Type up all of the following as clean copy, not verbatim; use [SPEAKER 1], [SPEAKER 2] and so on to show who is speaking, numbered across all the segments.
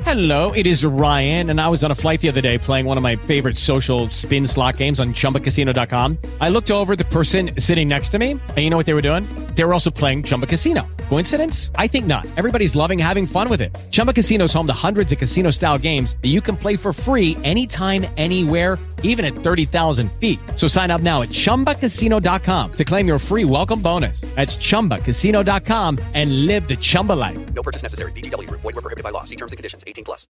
[SPEAKER 1] Hello, it is Ryan, and I was on a flight the other day playing one of my favorite social spin slot games on ChumbaCasino.com. I looked over at the person sitting next to me, and you know what they were doing? They were also playing Chumba Casino. Coincidence? I think not. Everybody's loving having fun with it. Chumba Casino is home to hundreds of casino-style games that you can play for free anytime, anywhere, even at 30,000 feet. So sign up now at ChumbaCasino.com to claim your free welcome bonus. That's ChumbaCasino.com and live the Chumba life.
[SPEAKER 2] No purchase necessary. VGW Group. Void where prohibited by law. See terms and conditions. 18 plus.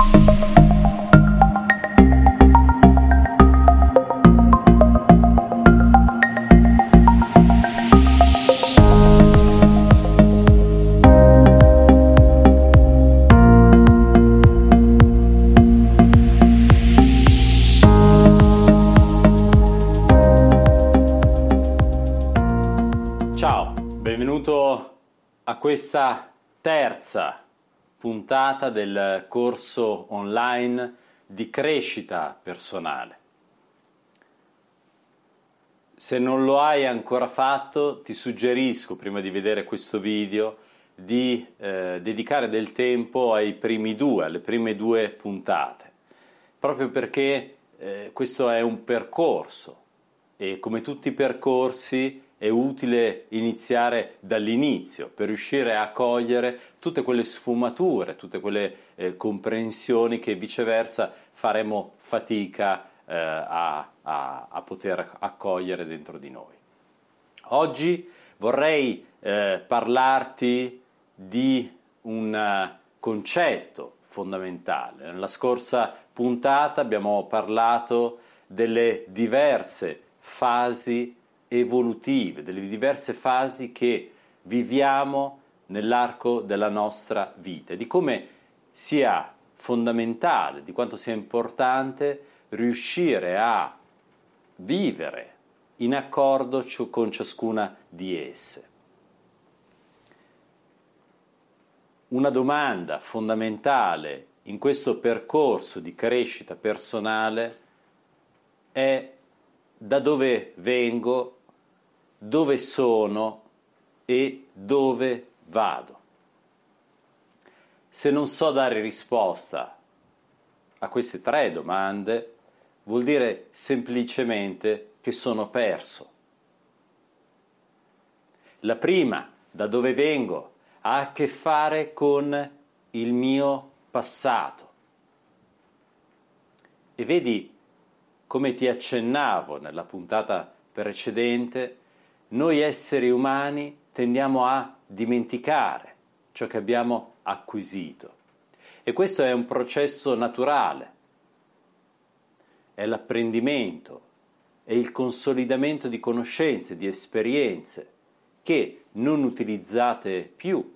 [SPEAKER 3] Ciao, benvenuto a questa terza puntata del corso online di crescita personale. Se non lo hai ancora fatto, ti suggerisco, prima di vedere questo video, di dedicare del tempo alle prime due puntate, proprio perché questo è un percorso e come tutti i percorsi è utile iniziare dall'inizio per riuscire a cogliere tutte quelle sfumature, tutte quelle comprensioni che viceversa faremo fatica a poter accogliere dentro di noi. Oggi vorrei parlarti di un concetto fondamentale. Nella scorsa puntata abbiamo parlato delle diverse fasi evolutive, delle diverse fasi che viviamo nell'arco della nostra vita, di come sia fondamentale, di quanto sia importante riuscire a vivere in accordo con ciascuna di esse. Una domanda fondamentale in questo percorso di crescita personale è: da dove vengo, dove sono e dove vado? Se non so dare risposta a queste tre domande, vuol dire semplicemente che sono perso. La prima, da dove vengo, ha a che fare con il mio passato. E vedi, come ti accennavo nella puntata precedente, noi esseri umani tendiamo a dimenticare ciò che abbiamo acquisito. E questo è un processo naturale, è l'apprendimento, è il consolidamento di conoscenze, di esperienze che, non utilizzate più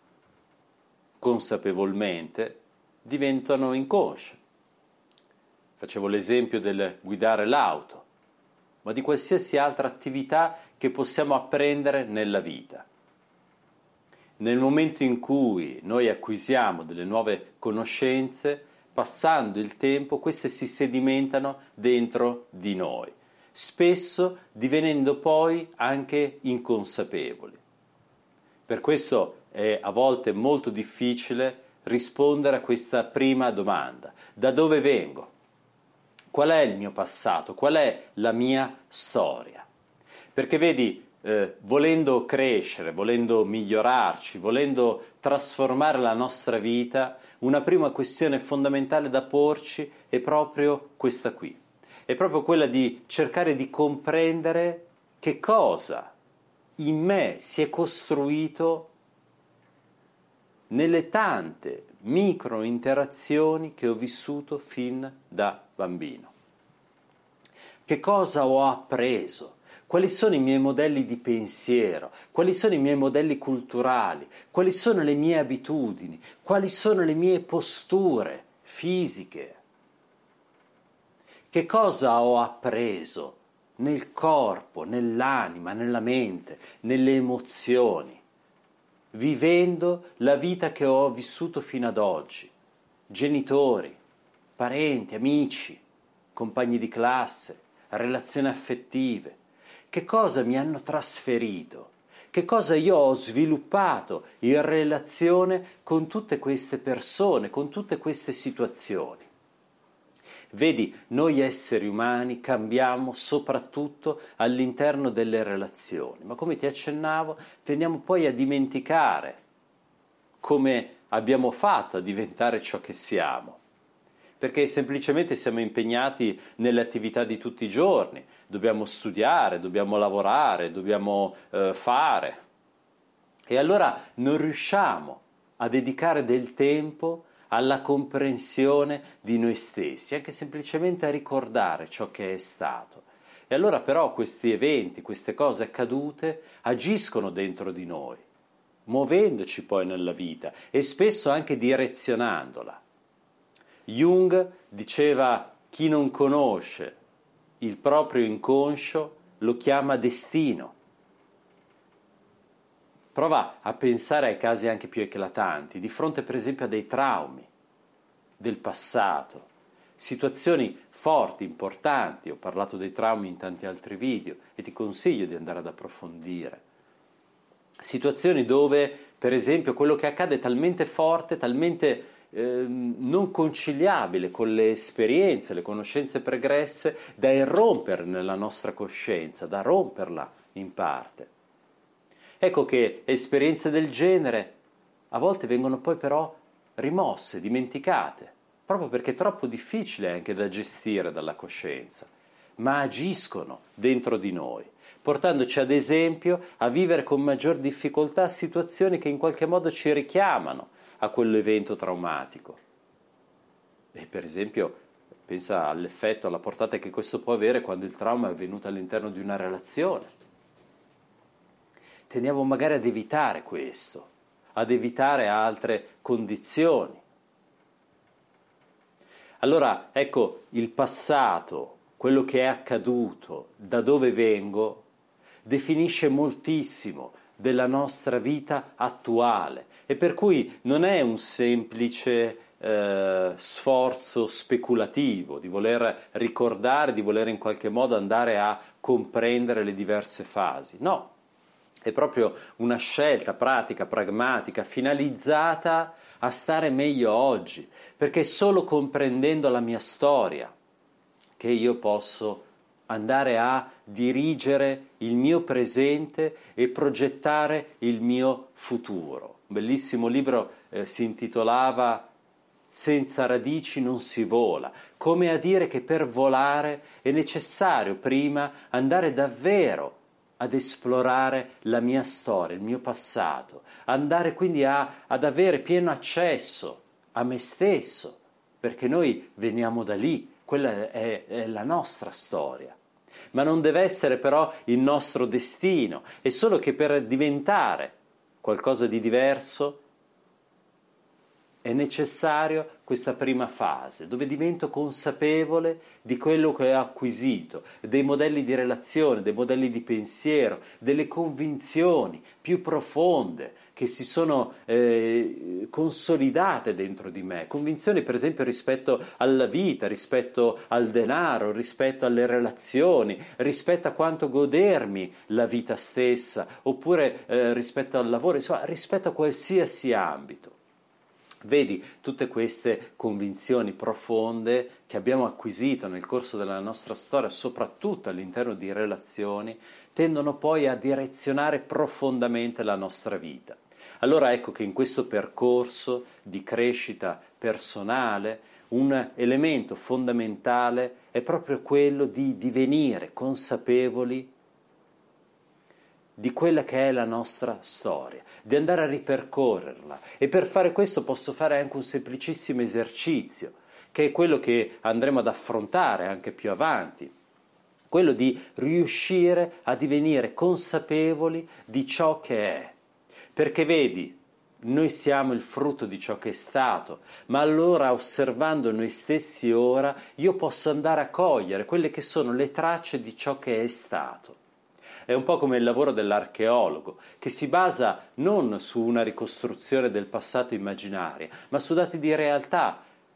[SPEAKER 3] consapevolmente, diventano inconsce. Facevo l'esempio del guidare l'auto, ma di qualsiasi altra attività che possiamo apprendere nella vita. Nel momento in cui noi acquisiamo delle nuove conoscenze, passando il tempo, queste si sedimentano dentro di noi, spesso divenendo poi anche inconsapevoli. Per questo è a volte molto difficile rispondere a questa prima domanda: da dove vengo? Qual è il mio passato? Qual è la mia storia? Perché vedi, volendo crescere, volendo migliorarci, volendo trasformare la nostra vita, una prima questione fondamentale da porci è proprio questa qui. È proprio quella di cercare di comprendere che cosa in me si è costruito nelle tante micro interazioni che ho vissuto fin da bambino. Che cosa ho appreso? Quali sono i miei modelli di pensiero? Quali sono i miei modelli culturali? Quali sono le mie abitudini? Quali sono le mie posture fisiche? Che cosa ho appreso nel corpo, nell'anima, nella mente, nelle emozioni, vivendo la vita che ho vissuto fino ad oggi? Genitori, parenti, amici, compagni di classe, relazioni affettive. Che cosa mi hanno trasferito? che cosa io ho sviluppato in relazione con tutte queste persone, con tutte queste situazioni. Vedi, noi esseri umani cambiamo soprattutto all'interno delle relazioni, ma come ti accennavo, tendiamo poi a dimenticare come abbiamo fatto a diventare ciò che siamo, perché semplicemente siamo impegnati nelle attività di tutti i giorni, dobbiamo studiare, dobbiamo lavorare, dobbiamo fare, e allora non riusciamo a dedicare del tempo alla comprensione di noi stessi, anche semplicemente a ricordare ciò che è stato. E allora però questi eventi, queste cose accadute agiscono dentro di noi, muovendoci poi nella vita e spesso anche direzionandola. Jung diceva: chi non conosce il proprio inconscio lo chiama destino. Prova a pensare ai casi anche più eclatanti, di fronte per esempio a dei traumi del passato, situazioni forti, importanti. Ho parlato dei traumi in tanti altri video e ti consiglio di andare ad approfondire. Situazioni dove, per esempio, quello che accade è talmente forte, talmente non conciliabile con le esperienze, le conoscenze pregresse, da irrompere nella nostra coscienza, da romperla in parte. Ecco che esperienze del genere a volte vengono poi però rimosse, dimenticate, proprio perché è troppo difficile anche da gestire dalla coscienza, ma agiscono dentro di noi, portandoci ad esempio a vivere con maggior difficoltà situazioni che in qualche modo ci richiamano a quell'evento traumatico. E per esempio pensa all'effetto, alla portata che questo può avere quando il trauma è avvenuto all'interno di una relazione. Tendiamo magari ad evitare questo, ad evitare altre condizioni. Allora, ecco, il passato, quello che è accaduto, da dove vengo, definisce moltissimo della nostra vita attuale, e per cui non è un semplice sforzo speculativo di voler ricordare, di voler in qualche modo andare a comprendere le diverse fasi. No, è proprio una scelta pratica, pragmatica, finalizzata a stare meglio oggi, perché è solo comprendendo la mia storia che io posso andare a dirigere il mio presente e progettare il mio futuro. Un bellissimo libro si intitolava Senza radici non si vola, come a dire che per volare è necessario prima andare davvero ad esplorare la mia storia, il mio passato, andare quindi ad avere pieno accesso a me stesso, perché noi veniamo da lì, quella è la nostra storia. Ma non deve essere però il nostro destino, è solo che per diventare qualcosa di diverso è necessario questa prima fase, dove divento consapevole di quello che ho acquisito, dei modelli di relazione, dei modelli di pensiero, delle convinzioni più profonde che si sono consolidate dentro di me, convinzioni per esempio rispetto alla vita, rispetto al denaro, rispetto alle relazioni, rispetto a quanto godermi la vita stessa, oppure rispetto al lavoro, insomma rispetto a qualsiasi ambito. Vedi, tutte queste convinzioni profonde che abbiamo acquisito nel corso della nostra storia, soprattutto all'interno di relazioni, tendono poi a direzionare profondamente la nostra vita. Allora ecco che in questo percorso di crescita personale un elemento fondamentale è proprio quello di divenire consapevoli di quella che è la nostra storia, di andare a ripercorrerla. E per fare questo posso fare anche un semplicissimo esercizio, che è quello che andremo ad affrontare anche più avanti, quello di riuscire a divenire consapevoli di ciò che è. Perché vedi, noi siamo il frutto di ciò che è stato, ma allora osservando noi stessi ora, io posso andare a cogliere quelle che sono le tracce di ciò che è stato. È un po' come il lavoro dell'archeologo, che si basa non su una ricostruzione del passato immaginaria, ma su dati di realtà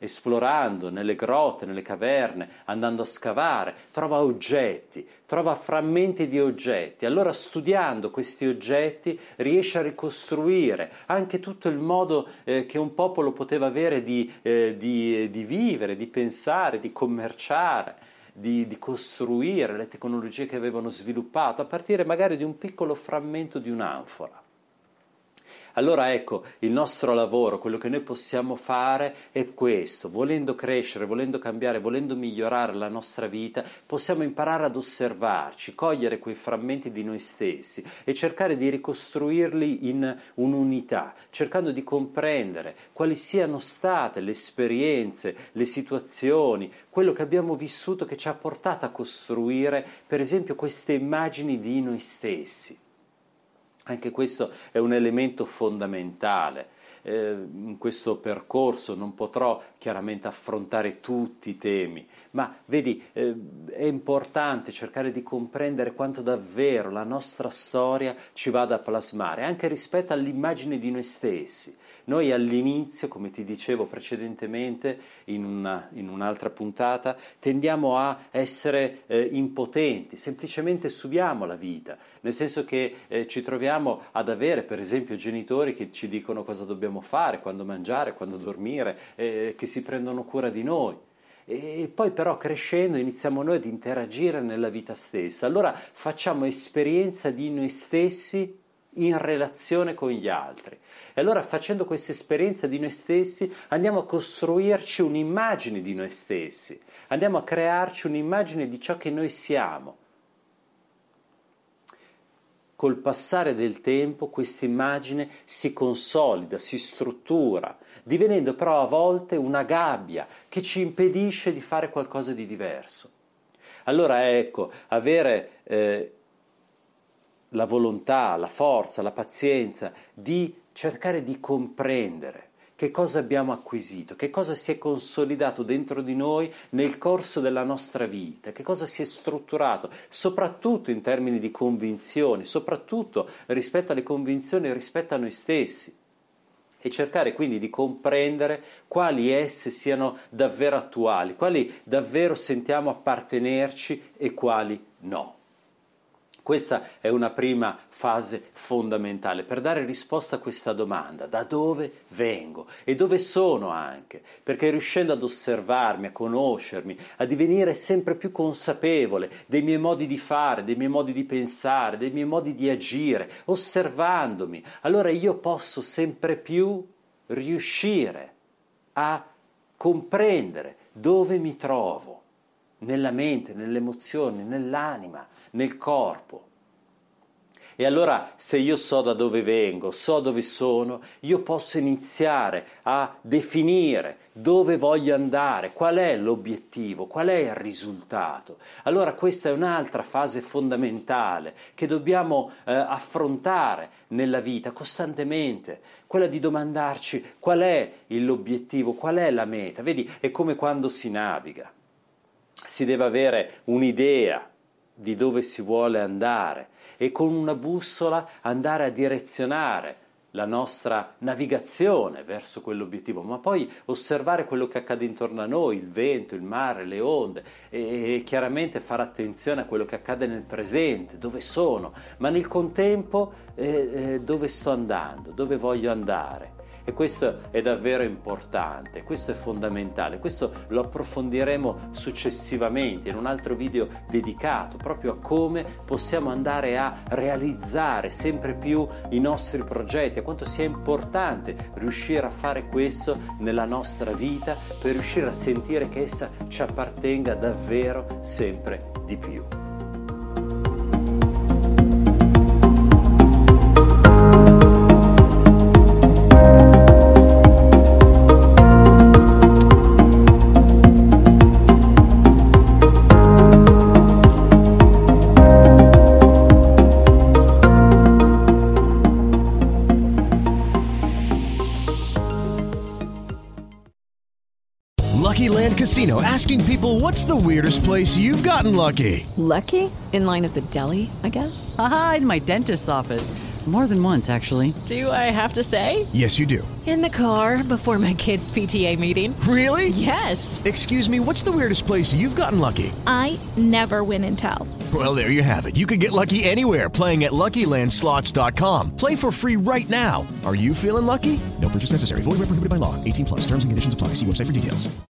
[SPEAKER 3] esplorando nelle grotte, nelle caverne, andando a scavare, trova oggetti, trova frammenti di oggetti. Allora, studiando questi oggetti, riesce a ricostruire anche tutto il modo che un popolo poteva avere di vivere, di pensare, di commerciare, di costruire, le tecnologie che avevano sviluppato, a partire magari di un piccolo frammento di un'anfora. Allora ecco, il nostro lavoro, quello che noi possiamo fare è questo: volendo crescere, volendo cambiare, volendo migliorare la nostra vita, possiamo imparare ad osservarci, cogliere quei frammenti di noi stessi e cercare di ricostruirli in un'unità, cercando di comprendere quali siano state le esperienze, le situazioni, quello che abbiamo vissuto che ci ha portato a costruire, per esempio, queste immagini di noi stessi. Anche questo è un elemento fondamentale. In questo percorso non potrò chiaramente affrontare tutti i temi, ma vedi, è importante cercare di comprendere quanto davvero la nostra storia ci vada a plasmare, anche rispetto all'immagine di noi stessi. Noi all'inizio, come ti dicevo precedentemente in un'altra puntata, tendiamo a essere impotenti, semplicemente subiamo la vita, nel senso che ci troviamo ad avere, per esempio, genitori che ci dicono cosa dobbiamo fare, quando mangiare, quando dormire, che si prendono cura di noi. E poi però crescendo iniziamo noi ad interagire nella vita stessa. Allora facciamo esperienza di noi stessi in relazione con gli altri. E allora, facendo questa esperienza di noi stessi, andiamo a costruirci un'immagine di noi stessi, andiamo a crearci un'immagine di ciò che noi siamo. Col passare del tempo questa immagine si consolida, si struttura, divenendo però a volte una gabbia che ci impedisce di fare qualcosa di diverso. Allora ecco, avere la volontà, la forza, la pazienza di cercare di comprendere che cosa abbiamo acquisito, che cosa si è consolidato dentro di noi nel corso della nostra vita, che cosa si è strutturato, soprattutto in termini di convinzioni, soprattutto rispetto alle convinzioni, rispetto a noi stessi. E cercare quindi di comprendere quali esse siano davvero attuali, quali davvero sentiamo appartenerci e quali no. Questa è una prima fase fondamentale per dare risposta a questa domanda: da dove vengo e dove sono anche? Perché riuscendo ad osservarmi, a conoscermi, a divenire sempre più consapevole dei miei modi di fare, dei miei modi di pensare, dei miei modi di agire, osservandomi, allora io posso sempre più riuscire a comprendere dove mi trovo, nella mente, nelle emozioni, nell'anima, nel corpo. E allora, se io so da dove vengo, so dove sono, io posso iniziare a definire dove voglio andare, qual è l'obiettivo, qual è il risultato. Allora questa è un'altra fase fondamentale che dobbiamo affrontare nella vita costantemente, quella di domandarci qual è l'obiettivo, qual è la meta. Vedi, è come quando si naviga. Si deve avere un'idea di dove si vuole andare e con una bussola andare a direzionare la nostra navigazione verso quell'obiettivo, ma poi osservare quello che accade intorno a noi, il vento, il mare, le onde, e chiaramente fare attenzione a quello che accade nel presente, dove sono, ma nel contempo dove sto andando, dove voglio andare. E questo è davvero importante, questo è fondamentale, questo lo approfondiremo successivamente in un altro video dedicato proprio a come possiamo andare a realizzare sempre più i nostri progetti, a quanto sia importante riuscire a fare questo nella nostra vita per riuscire a sentire che essa ci appartenga davvero sempre di più.
[SPEAKER 4] Casino, asking people, what's the weirdest place you've gotten lucky?
[SPEAKER 5] Lucky? In line at the deli, I guess?
[SPEAKER 6] Aha, in my dentist's office.
[SPEAKER 5] More than once, actually.
[SPEAKER 6] Do I have to say?
[SPEAKER 4] Yes, you do.
[SPEAKER 6] In the car before my kids' PTA meeting.
[SPEAKER 4] Really?
[SPEAKER 6] Yes.
[SPEAKER 4] Excuse me, what's the weirdest place you've gotten lucky?
[SPEAKER 7] I never win and tell.
[SPEAKER 4] Well, there you have it. You can get lucky anywhere, playing at LuckyLandSlots.com. Play for free right now. Are you feeling lucky? No purchase necessary. Void where prohibited by law. 18+. Terms and conditions apply. See website for details.